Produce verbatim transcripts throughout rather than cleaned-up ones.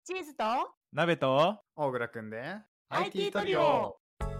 チーズと鍋と大倉くんでアイティー トリオ。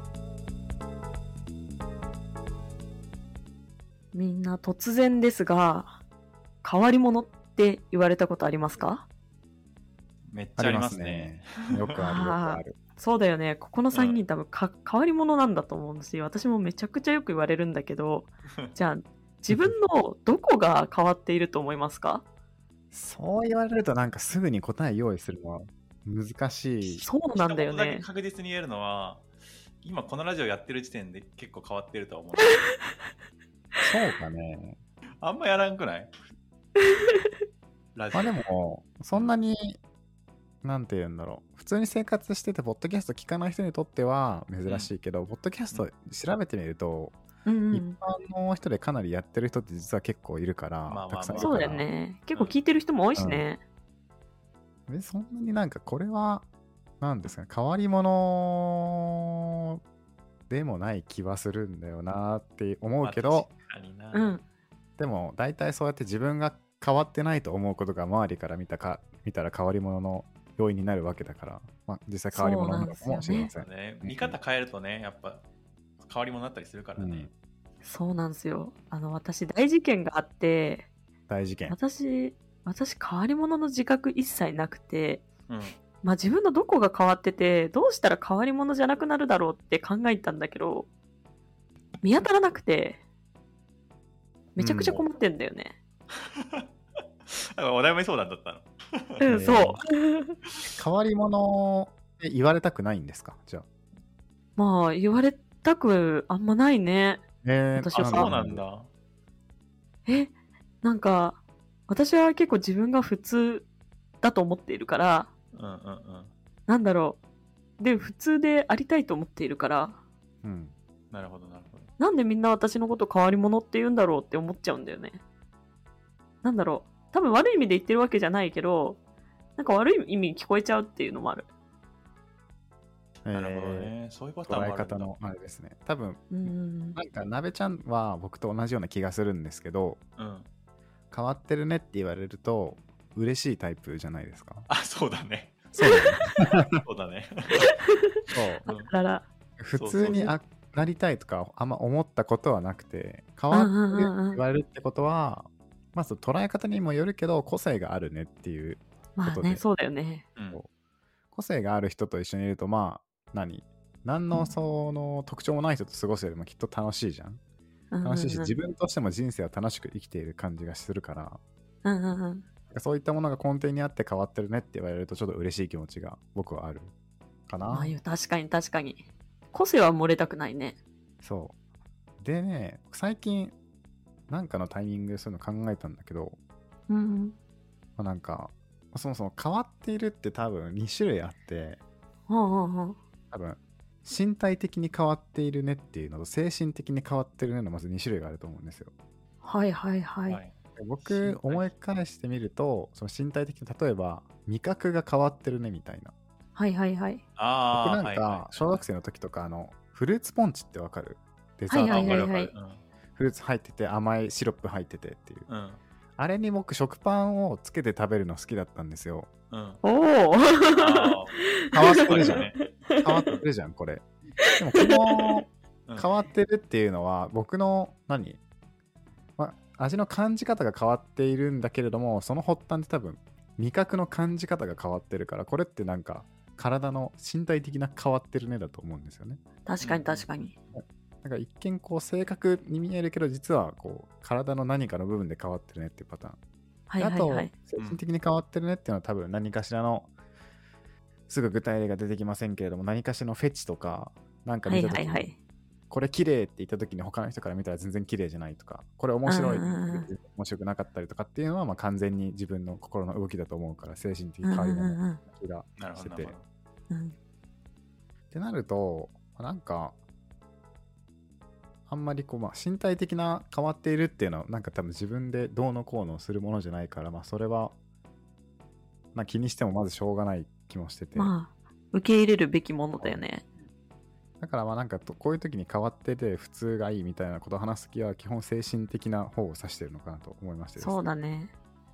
みんな突然ですが、変わり者って言われたことありますか？ めっちゃありますね。 よくあるよくある。 そうだよね。ここのさんにん多分か変わり者なんだと思うんですよ。私もめちゃくちゃよく言われるんだけど、じゃあ自分のどこが変わっていると思いますか？ そう言われるとなんかすぐに答え用意するのは難しい。 そうなんだよ一言だけね。 確実に言えるのは、今このラジオやってる時点で結構変わってるとは思う。 そうかね。 あんまやらんくないラジオ。 まあでもそんなになんて言うんだろう。普通に生活しててポッドキャスト聞かない人にとっては珍しいけど、うん、ポッドキャスト調べてみると、うんうん、一般の人でかなりやってる人って実は結構いるから、まあまあまあ、たくさんいるから。 そうだよね。結構聞いてる人も多いしね。 うん、でそんなになんかこれはなんですかね、変わり者でもない気はするんだよなって思うけど、 うん、 でも大体そうやって自分が変わってないと思うことが周りから見たか見たら変わり者の要因になるわけだから、まあ、実際変わり者なのかもしれません。 そうなんですよね。見方変えるとね、やっぱ変わり者になったりするからね。うん、 そうなんですよ。あの私大事件があって、 大事件。 私私変わり者の自覚一切なくて、 うん、 まあ自分のどこが変わってて、どうしたら変わり者じゃなくなるだろうって考えたんだけど、見当たらなくて、めちゃくちゃ困ってんだよね。 うん、お悩み相談だったの。 うん、そう。 変わり者って言われたくないんですか？じゃあ。 まあ言われたくあんまないね。 えー、 私は。 あ、そうなんだ。 え、なんか私は結構自分が普通だと思っているから、 うんうんうん、 なんだろう。で普通でありたいと思っているから。 うん。 なるほどなるほど。 なんでみんな私のこと変わり者って言うんだろうって思っちゃうんだよね。なんだろう。多分悪い意味で言ってるわけじゃないけど、なんか悪い意味に聞こえちゃうっていうのもある。 なるほどね。そういうパターンもあるんだ。 捉え方のあれですね。多分、 うん、 なんかなべちゃんは僕と同じような気がするんですけど、 うん、 変わってるねって言われると嬉しいタイプじゃないですか。 あ、そうだね。 そうだね。 そうだね。 そう。あらら。 普通にあなりたいとかあんま思ったことはなくて、変わってるって言われるってことは、まず捉え方にもよるけど個性があるねっていうことで。 まあね、そうだよね。 うん、 個性がある人と一緒にいると、まあ何何のその特徴もない人と過ごすよりもきっと楽しいじゃん。楽しいし、自分としても人生を楽しく生きている感じがするから、 うんうんうん、 そういったものが根底にあって変わってるねって言われるとちょっと嬉しい気持ちが僕はあるかな。 まあ、確かに確かに。個性は漏れたくないね。 そう。でね、最近なんかのタイミングでそういうの考えたんだけど、 うん、 まあ、なんかそもそも変わっているって多分に種類あって、 うんうんうん、 多分身体的に変わっているねっていうのと精神的に変わってるねのまずに種類があると思うんですよ。 はいはいはい。はい、 僕思い返してみると、その身体的に例えば味覚が変わってるねみたいな。 はいはいはい。 あ僕なんか小学生の時とかあのフルーツポンチってわかる？デザート、 はいはいはいはい、 フルーツ入ってて甘いシロップ入っててっていう、 うん、 あれに僕食パンをつけて食べるの好きだったんですよ。 うん、おお変わってるじゃん、ね、変わってるじゃんこれ。でもこの変わってるっていうのは僕の何、ま、味の感じ方が変わっているんだけれども、その発端って多分味覚の感じ方が変わってるから、これってなんか体の身体的な変わってるねだと思うんですよね。 確かに確かに。 なんか一見こう正確に見えるけど、実はこう体の何かの部分で変わってるねっていうパターン。はいはいはい、あと精神的に変わってるねっていうのは多分何かしらの、すぐ具体例が出てきませんけれども、何かしらのフェチとかなんか見た時に、はいはいはい、これ綺麗って言った時に他の人から見たら全然綺麗じゃないとか、これ面白いって言ったら面白くなかったりとかっていうのは、まあ完全に自分の心の動きだと思うから、精神的変わりの気がしてて、うん、ってなるとなんかあんまりこう、まあ、身体的な変わっているっていうのはなんか多分自分でどうのこうのするものじゃないから、まあそれは、まあ、気にしてもまずしょうがない気もしてて、 まあ受け入れるべきものだよね。 だからまあなんかこういう時に変わってて普通がいいみたいなことを話すときは基本精神的な方を指してるのかなと思いましてですね。 そうだね。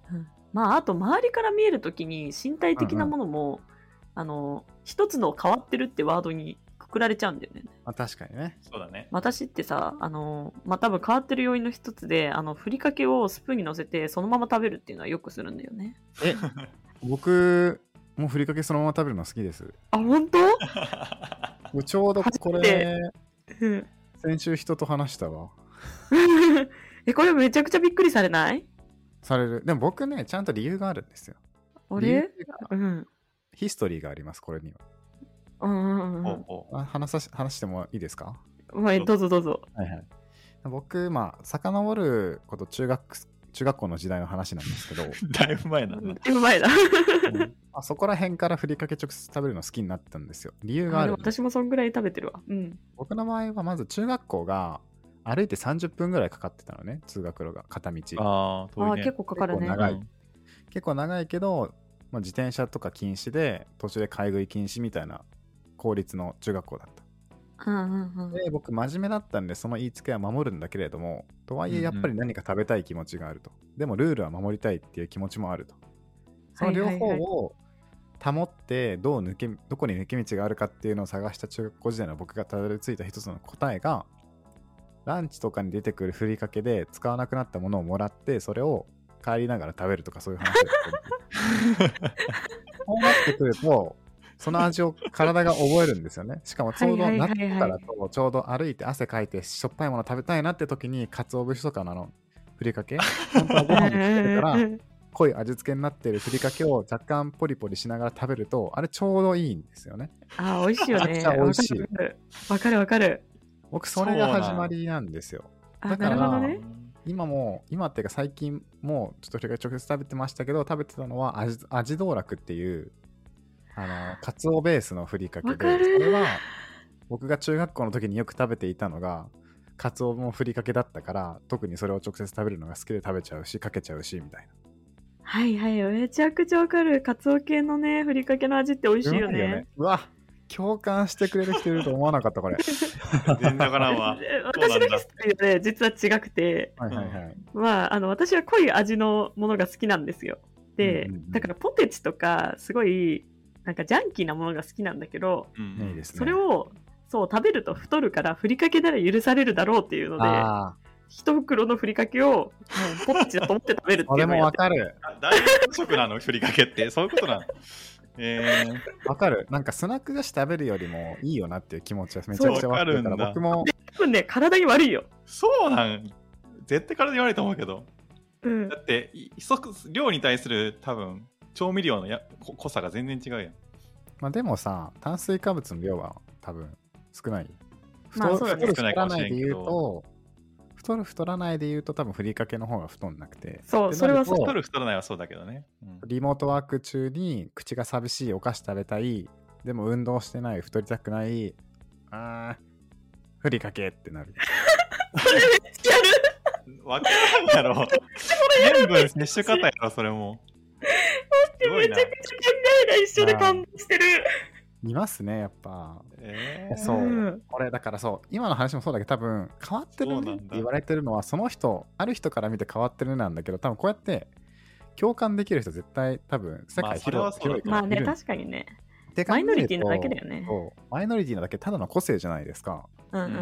うん、まああと周りから見えるときに身体的なものも、うんうん、あの一つの変わってるってワードにくくられちゃうんだよね。 まあ、確かにね。 そうだね。 私ってさ、あのまあ多分変わってる要因の一つで、あのふりかけをスプーンに乗せてそのまま食べるっていうのはよくするんだよね。 え僕もうふりかけそのまま食べるの好きです。 あ、本当？ ちょうどこれ、うん、先週人と話したわ。 え、これめちゃくちゃびっくりされない？ される。でも僕ね、ちゃんと理由があるんですよ。 あれ？うん。 ヒストリーがあります、これには。 うんうんうん。 あ、話さし、話してもいいですか？ はい、どうぞどうぞ。 はいはい。僕、まあ、遡ること中学、中学校の時代の話なんですけど。 だいぶ前なんだ。 だいぶ前だ。 うん、あそこら辺からふりかけ直接食べるの好きになったんですよ。理由がある。 私もそんぐらい食べてるわ。うん。 僕の場合はまず中学校が歩いてさんじゅっぷんぐらいかかってたのね、通学路が片道。 あ、遠いね、 あ、結構かかるね。 結構長い。うん、結構長いけど、まあ、自転車とか禁止で途中で買い食い禁止みたいな公立の中学校だった。 うんうんうん、 で僕真面目だったんでその言いつけは守るんだけれども、とはいえやっぱり何か食べたい気持ちがあると、うんうん、でもルールは守りたいっていう気持ちもあると、その両方を保ってどう抜けどこに抜け道があるかっていうのを探した中学校時代の僕がたどり着いた一つの答えが、ランチとかに出てくるふりかけで使わなくなったものをもらってそれを帰りながら食べるとか、そういう話だったこうなってくるとその味を体が覚えるんですよね。しかもちょうど夏からとちょうど歩いて汗かいてしょっぱいもの食べたいなって時に鰹節とかのあのふりかけ、本当はご飯につけるから濃い味付けになってるふりかけを若干ポリポリしながら食べるとあれちょうどいいんですよね。 あー、美味しいよね。 めちゃくちゃ美味しい。 わかるわかる。 僕それが始まりなんですよ。だから、ね、今も今っていうか最近もちょっとふりかけ直接食べてましたけど、食べてたのは味味道楽っていうあのカツオベースのふりかけで、それは僕が中学校の時によく食べていたのがカツオのふりかけだったから、特にそれを直接食べるのが好きで食べちゃうしかけちゃうしみたいな。 はいはい、めちゃくちゃわかる。カツオ系のねふりかけの味って美味しいよね。う, よねうわ、共感してくれる人いると思わなかったこれ。 全然わからんわ。 私のヒストリーはね実は違くて、 はいはいはい、 まああの私は濃い味のものが好きなんですよ。で、うんうんうん、だからポテチとかすごいなんかジャンキーなものが好きなんだけど、 うんうん、 それをそう食べると太るからふりかけなら許されるだろうっていうので、一袋のふりかけをもうポテチだと思って食べるっていうのをやって。 俺もわかる。 大丈夫食なのふりかけってそういうことなの。えー、わかる。なんかスナック菓子食べるよりもいいよなっていう気持ちはめちゃくちゃわかるから、僕も多分ね体に悪いよ。 そうなん絶対体に悪いと思うけど、 うん、 だって量に対する多分調味料のや濃さが全然違うやん。 まあでもさ、炭水化物の量は多分少ない。 まあそうだね、 太る太らないで言うと、太る太らないで言うと多分ふりかけの方が太んなくて。 そう、それは太る太らないはそうだけどね、 うん。リモートワーク中に口が寂しい、お菓子食べたい、でも運動してない、太りたくない、あー、ふりかけってなる。 それめっちゃやる。 わからんやろ。全部摂取方やろ、それも。 待って、めちゃくちゃ考えが一緒で感動してる。 いますね、やっぱ。 えー、 そう、うん、これだからそう、今の話もそうだけど、多分変わってるねって言われてるのは、その人、ある人から見て変わってるなんだけど、多分こうやって共感できる人絶対多分世界広い、 まあ、 広いから。まあね、確かにね。マイノリティなだけだよね。 そう、マイノリティなだけただの個性じゃないですか。 うんうんうん。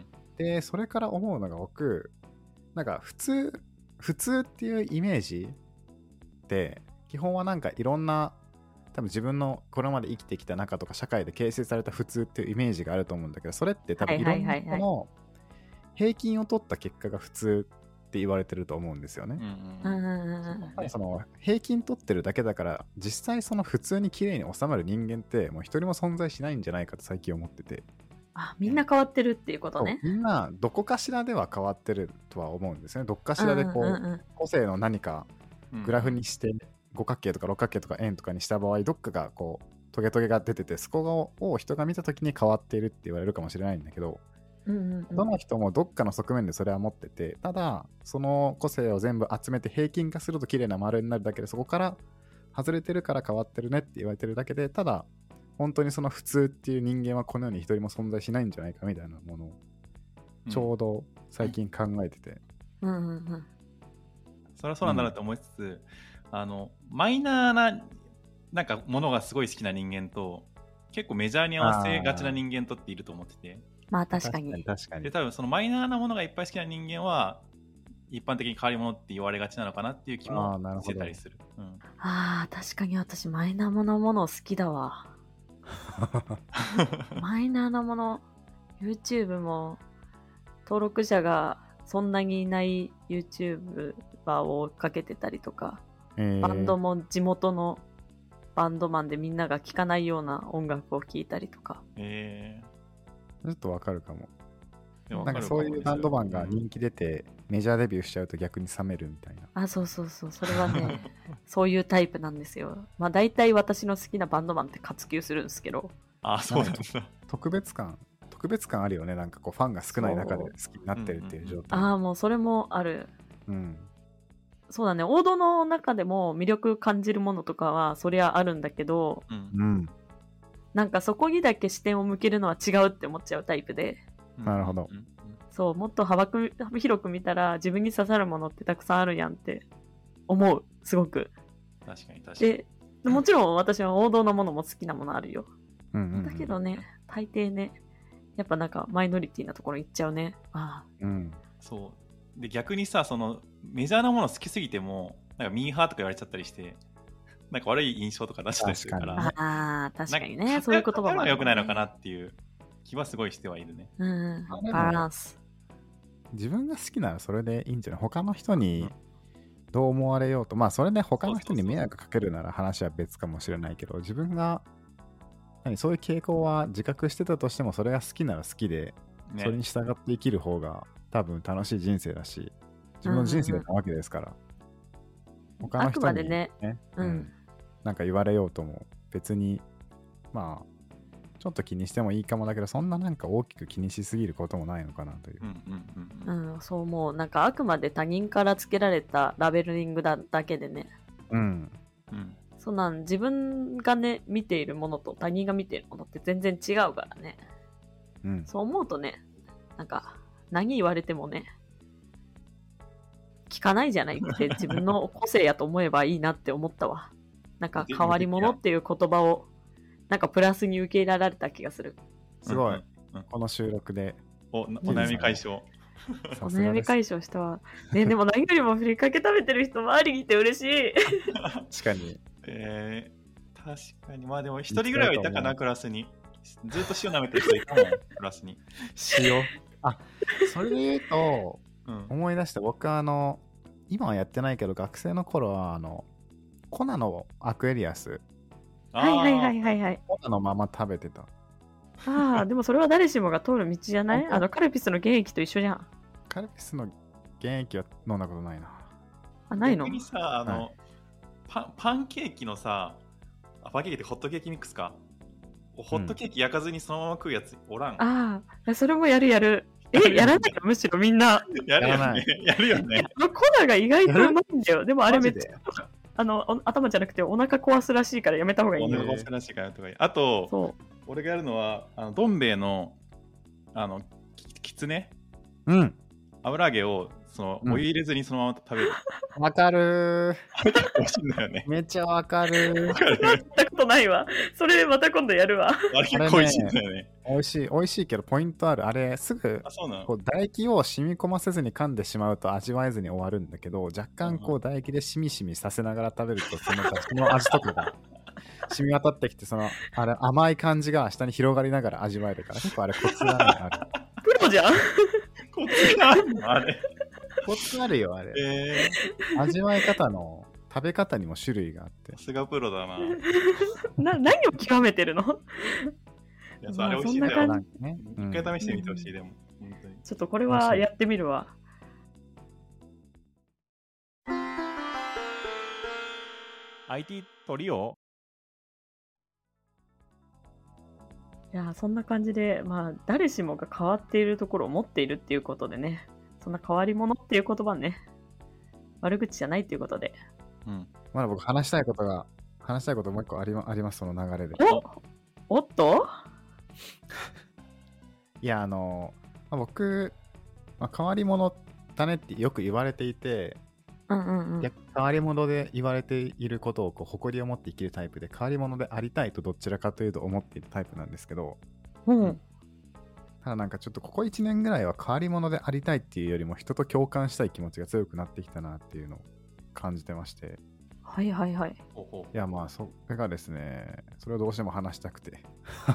で、それから思うのが僕、なんか普通、普通っていうイメージって基本はなんかいろんな多分自分のこれまで生きてきた中とか社会で形成された普通っていうイメージがあると思うんだけど、それって多分いろんな人の平均を取った結果が普通って言われてると思うんですよね。その平均取ってるだけだから実際その普通に綺麗に収まる人間ってもう一人も存在しないんじゃないかと最近思ってて。 あ、みんな変わってるっていうことね。 みんなどこかしらでは変わってるとは思うんですね。どこかしらでこう、うんうんうん、個性の何かグラフにして五角形とか六角形とか円とかにした場合、どっかがこうトゲトゲが出てて、そこを人が見た時に変わっているって言われるかもしれないんだけど、 うんうんうん、 どの人もどっかの側面でそれは持ってて、ただその個性を全部集めて平均化すると綺麗な丸になるだけで、そこから外れてるから変わってるねって言われてるだけで、ただ本当にその普通っていう人間はこの世に一人も存在しないんじゃないかみたいなものをちょうど最近考えてて、 うんうんうんうん、 それはそうなんだなと思いつつ、 あのマイナーななんかものがすごい好きな人間と結構メジャーに合わせがちな人間とっていると思ってて、 まあ確かに。 確かに確かに。 で多分そのマイナーなものがいっぱい好きな人間は一般的に変わり者って言われがちなのかなっていう気もしてたりする。あ、うん、 あ確かに私マイナーなもの好きだわ。マイナーなもの YouTube も登録者がそんなにいない YouTuber を追っかけてたりとか、えー、バンドも地元のバンドマンでみんなが聴かないような音楽を聴いたりとか。 えー、ちょっとわかるかも。 なんかそういうバンドマンが人気出て、うん、メジャーデビューしちゃうと逆に冷めるみたいな。 あ、そうそうそう、それはねそういうタイプなんですよ。まあ大体私の好きなバンドマンって活休するんですけど。 あ、そうなんだ。 特別感特別感あるよね。なんかこうファンが少ない中で好きになってるっていう状態。 ああ、もうそれもある。 うん。 そうだね、王道の中でも魅力感じるものとかはそりゃあるんだけど、 うん、 なんかそこにだけ視点を向けるのは違うって思っちゃうタイプで。 なるほど。 そう、もっと幅広く見たら自分に刺さるものってたくさんあるやんって思う、すごく。 確かに確かに。 で、もちろん私は王道のものも好きなものあるよ。 うんうんうん、 だけどね、大抵ね、やっぱなんかマイノリティなところ行っちゃうね。ああ、 うん、 そうで逆にさ、そのメジャーなもの好きすぎてもなんかミーハーとか言われちゃったりしてなんか悪い印象とか出したりするから、 ああ確かにね、そういう言葉もある、ね、 良くないのかなっていう気はすごいしてはいるね。 うん、バランス。 自分が好きならそれでいいんじゃない。他の人にどう思われようと、まあそれで他の人に迷惑かけるなら話は別かもしれないけど、自分が何そういう傾向は自覚してたとしても、それが好きなら好きで、ね、それに従って生きる方が多分楽しい人生だし、自分の人生なわけですから、うん、他の人に、ねねうん、 なんか言われようとも別にまあちょっと気にしてもいいかもだけど、そんななんか大きく気にしすぎることもないのかなという。 うんうんうん、 うん、そう思う。なんかあくまで他人からつけられたラベリングだだけでね。 うん。 うん。 そんなん自分がね見ているものと他人が見ているものって全然違うからね。 うん。 そう思うとね、なんか何言われてもね、聞かないじゃないって自分の個性やと思えばいいなって思ったわ。なんか変わり者っていう言葉をなんかプラスに受け入れられた気がする。 すごい、うんうん、この収録でおお悩み解消お悩み解消したわ、ね、でも何よりもふりかけ食べてる人周りにいて嬉しい確かに、 えー、確かにまあでも一人ぐらいはいたかなクラスに。ずっと塩舐めてる人いたもんクラスに。 塩あそれで言うと、 うん、 思い出した。僕はあの今はやってないけど学生の頃はあのコナのアクエリアス、 はいはいはいはいはい。 コナのまま食べてた。 ああ、でもそれは誰しもが通る道じゃない？あのカルピスの原液と一緒じゃん。 カルピスの原液は飲んだことないな。 あ、ないの？ 逆にさ、あの、 はい、 パン、パンケーキのさ、あパンケーキってホットケーキミックスか。ホットケーキ焼かずにそのまま食うやつおらん。 うん、ああ、それもやるやる。え、やらないの？むしろみんな。 やるよね。やるよね。 コナが意外とうまいんだよ。でもあれめっちゃ。あの頭じゃなくてお腹壊すらしいからやめた方がいいよ。 お腹壊すらしいからとかいい。あと俺がやるのはあのどん兵衛のあのき, きつね、 うん、 油揚げをその、うん、お湯入れずにそのまま食べる。 わかるー。美味しいんだよね。 めっちゃわかるー。 わかる。 やったことないわ。それまた今度やるわ。 あれ結構美味しいんだよね。 美味しい美味しいけどポイントある。あれすぐこう唾液を染み込ませずに噛んでしまうと味わえずに終わるんだけど、若干こう唾液でしみしみさせながら食べるとその出汁の味とかが染み渡ってきて、そのあれ甘い感じが下に広がりながら味わえるから、結構あれコツがある。 プロじゃん。 コツがあるのあれ。 コツあるよあれ、 えー、味わい方の食べ方にも種類があって。 さすがプロだな。 な何を極めてるの？ いや、それ美味しいんだよ。 ね、 一回試してみてほしい、でも。本当に。 ちょっとこれはやってみるわ。 アイティー トリオ？ いや、そんな感じで、まあ、誰しもが変わっているところを持っているっていうことでね、そんな変わり者っていう言葉ね、悪口じゃないっていうことで。 うん。まだ僕話したいことが、話したいこともう一個あり、ま、あります、その流れで。 おおっといや、あの、まあ、僕、まあ、変わり者だねってよく言われていて、 うんうんうん、 変わり者で言われていることをこう誇りを持って生きるタイプで、変わり者でありたいとどちらかというと思っているタイプなんですけど、 うん、 ただなんかちょっとここいちねんぐらいは変わり者でありたいっていうよりも人と共感したい気持ちが強くなってきたなっていうのを感じてまして。 はいはいはい。 いやまあそれがですね、それをどうしても話したくて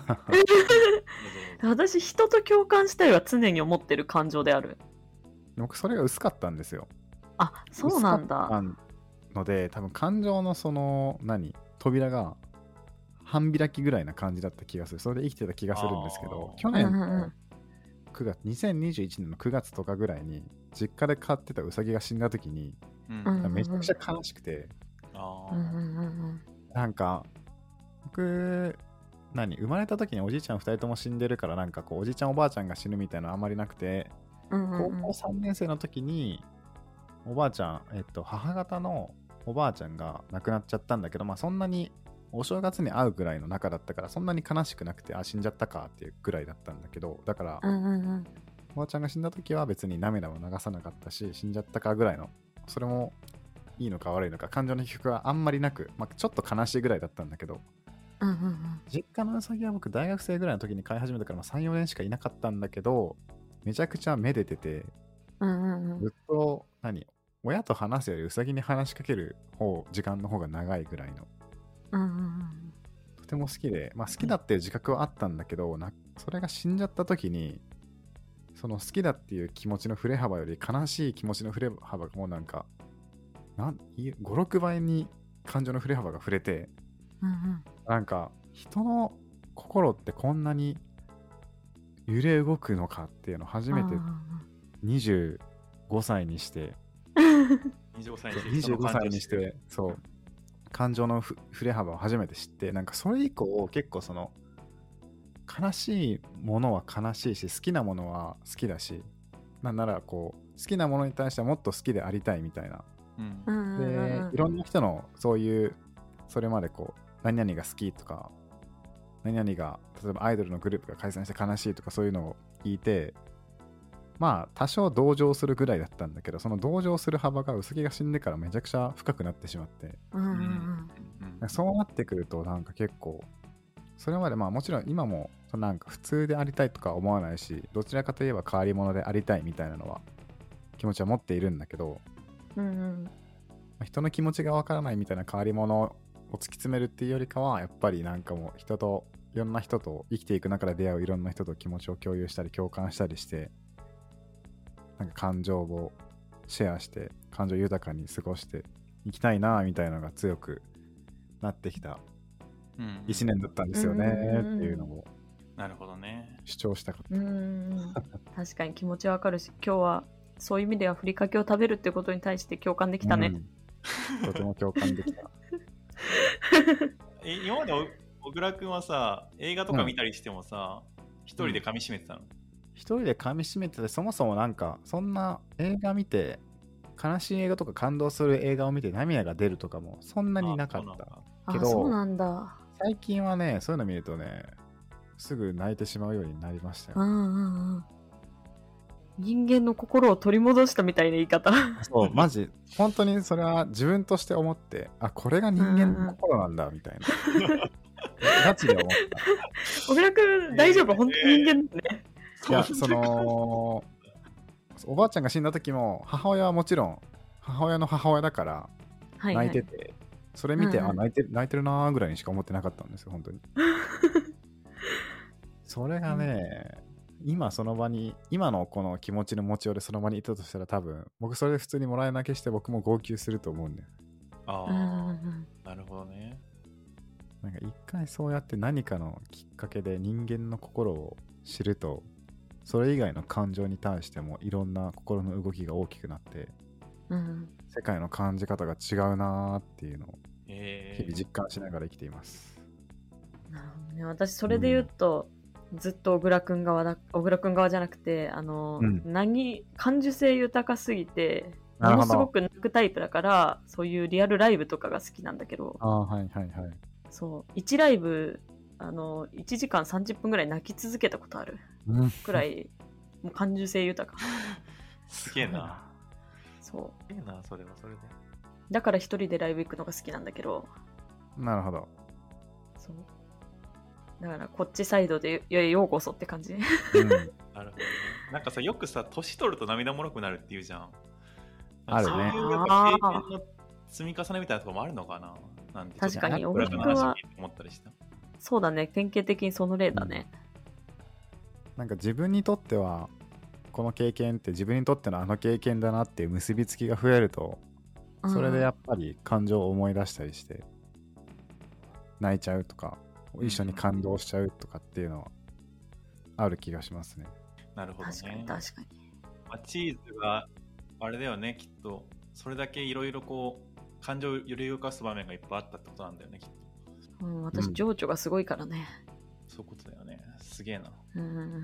私人と共感したいは常に思ってる感情である。 僕それが薄かったんですよ。 あ、そうなんだ。 薄かったので多分感情のその何扉が半開きぐらいな感じだった気がする。それで生きてた気がするんですけど、去年のくがつ、にせんにじゅういちねんのくがつとかぐらいに実家で飼ってたウサギが死んだ時に、うん、めちゃくちゃ悲しくて、あ、なんか僕何生まれた時におじいちゃんふたりとも死んでるから、なんかこうおじいちゃんおばあちゃんが死ぬみたいなのあんまりなくて、うんうんうん、高校さんねん生の時におばあちゃん、えっと、母方のおばあちゃんが亡くなっちゃったんだけど、まあそんなにお正月に会うぐらいの仲だったからそんなに悲しくなくて、あ死んじゃったかっていうぐらいだったんだけど、だから、うんうんうん、おばあちゃんが死んだ時は別に涙も流さなかったし、死んじゃったかぐらいの、それもいいのか悪いのか感情の起伏はあんまりなく、まあ、ちょっと悲しいぐらいだったんだけど、うんうんうん、実家のウサギは僕大学生ぐらいの時に飼い始めたから、まあ、さん、よねんしかいなかったんだけど、めちゃくちゃめでてて、うんうんうん、ずっと何親と話すよりウサギに話しかける方時間の方が長いぐらいの、うんうんうん、とても好きで、まあ、好きだっていう自覚はあったんだけど、なそれが死んじゃった時にその好きだっていう気持ちの振れ幅より悲しい気持ちの振れ幅がもうなんかなんご、ろくばいに感情の振れ幅が触れて、うんうん、なんか人の心ってこんなに揺れ動くのかっていうのを初めてにじゅうごさいにしてにじゅうごさいにしてそう感情の触れ幅を初めて知って、なんかそれ以降結構その悲しいものは悲しいし好きなものは好きだし、なんならこう好きなものに対してはもっと好きでありたいみたいな、うん、でいろんな人のそういうそれまでこう何々が好きとか何々が例えばアイドルのグループが解散して悲しいとかそういうのを聞いて、まあ多少同情するぐらいだったんだけど、その同情する幅がウサギが死んでからめちゃくちゃ深くなってしまって、うんうんうん、そうなってくるとなんか結構それまでまあもちろん今もなんか普通でありたいとか思わないし、どちらかといえば変わり者でありたいみたいなのは気持ちは持っているんだけど、うんうんまあ、人の気持ちがわからないみたいな変わり者を突き詰めるっていうよりかは、やっぱりなんかもう人といろんな人と生きていく中で出会ういろんな人と気持ちを共有したり共感したりして、なんか感情をシェアして感情豊かに過ごしていきたいなみたいなのが強くなってきたいちねんだったんですよねっていうのをなるほどね主張したかった。 うん確かに気持ちわかるし、今日はそういう意味ではふりかけを食べるってことに対して共感できたね、 うん、とても共感できたえ今まで小倉くんはさ映画とか見たりしてもさ、うん、一人で噛み締めてたの？ 一人で噛み締めてて、そもそもなんかそんな映画見て悲しい映画とか感動する映画を見て涙が出るとかもそんなになかったけど、 あ、そうなんだ。 最近はねそういうの見るとねすぐ泣いてしまうようになりましたよ、うんうんうん、 人間の心を取り戻したみたいな言い方そうマジ本当にそれは自分として思って、あこれが人間の心なんだみたいなガチで思った。 小倉くん大丈夫、えー、本当に人間だね。 いやそのおばあちゃんが死んだ時も母親はもちろん母親の母親だから泣いてて、はいはい、それ見て、うんうん、あ泣いてる泣いてるなーぐらいにしか思ってなかったんですよ本当にそれがね、うん、今その場に今のこの気持ちの持ちようでその場にいたとしたら多分僕それで普通にもらい泣きして僕も号泣すると思うんだよ。 ああなるほどね。 なんか一回そうやって何かのきっかけで人間の心を知るとそれ以外の感情に対してもいろんな心の動きが大きくなって、うん、世界の感じ方が違うなーっていうのを日々実感しながら生きています、 えー、なるほどね。私それで言うと、うん、ずっと小倉くん側だ小倉くん側じゃなくてあの、うん、何感受性豊かすぎてものすごく泣くタイプだからそういうリアルライブとかが好きなんだけど、 あ、はいはいはい、 そういちライブあのいちじかんさんじゅっぷんぐらい泣き続けたことあるくらいもう感受性豊かすげえな。 そう。いいな、それはそれで。 だから一人でライブ行くのが好きなんだけど。 なるほど。 そう。だからこっちサイドでようこそって感じ。うん、 なるほどね。なんかさ、よくさ、年取ると涙もろくなるって言うじゃん。 あるね。 そういうやっぱ経験の積み重ねみたいなところもあるのかな。なんて確かに、 音楽は思ったりした。 そうだね、典型的にその例だね。 うん、なんか自分にとっては、この経験って自分にとってのあの経験だなっていう結びつきが増えると、それでやっぱり感情を思い出したりして、泣いちゃうとか、一緒に感動しちゃうとかっていうのはある気がしますね。 なるほどね。 確かに確かに。 まあ、チーズがあれだよね、きっとそれだけいろいろこう感情を揺れ動かす場面がいっぱいあったってことなんだよね、きっと。うん、私情緒がすごいからね。 うん、そういうことだよね。すげえな。 うん、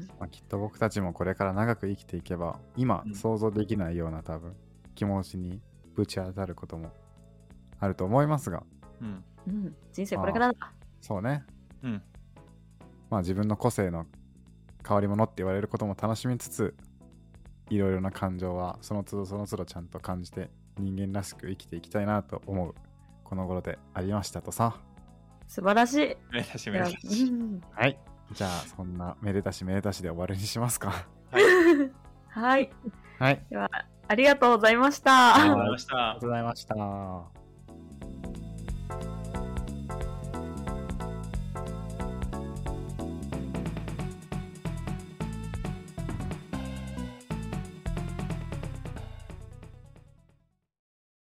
まあ、きっと僕たちもこれから長く生きていけば、今想像できないような多分気持ちにぶち当たることもあると思いますが、 うんうん、人生これからだ。 そうね。 うん。 まあ自分の個性の変わり者って言われることも楽しみつつ、いろいろな感情はその都度その都度ちゃんと感じて人間らしく生きていきたいなと思うこの頃でありましたとさ。 素晴らしい。 めでたしめでたし。 はい。じゃあそんなめでたしめでたしで終わりにしますか。 はい。 はい。 はい。 ではありがとうございました。 ありがとうございました。 ありがとうございました。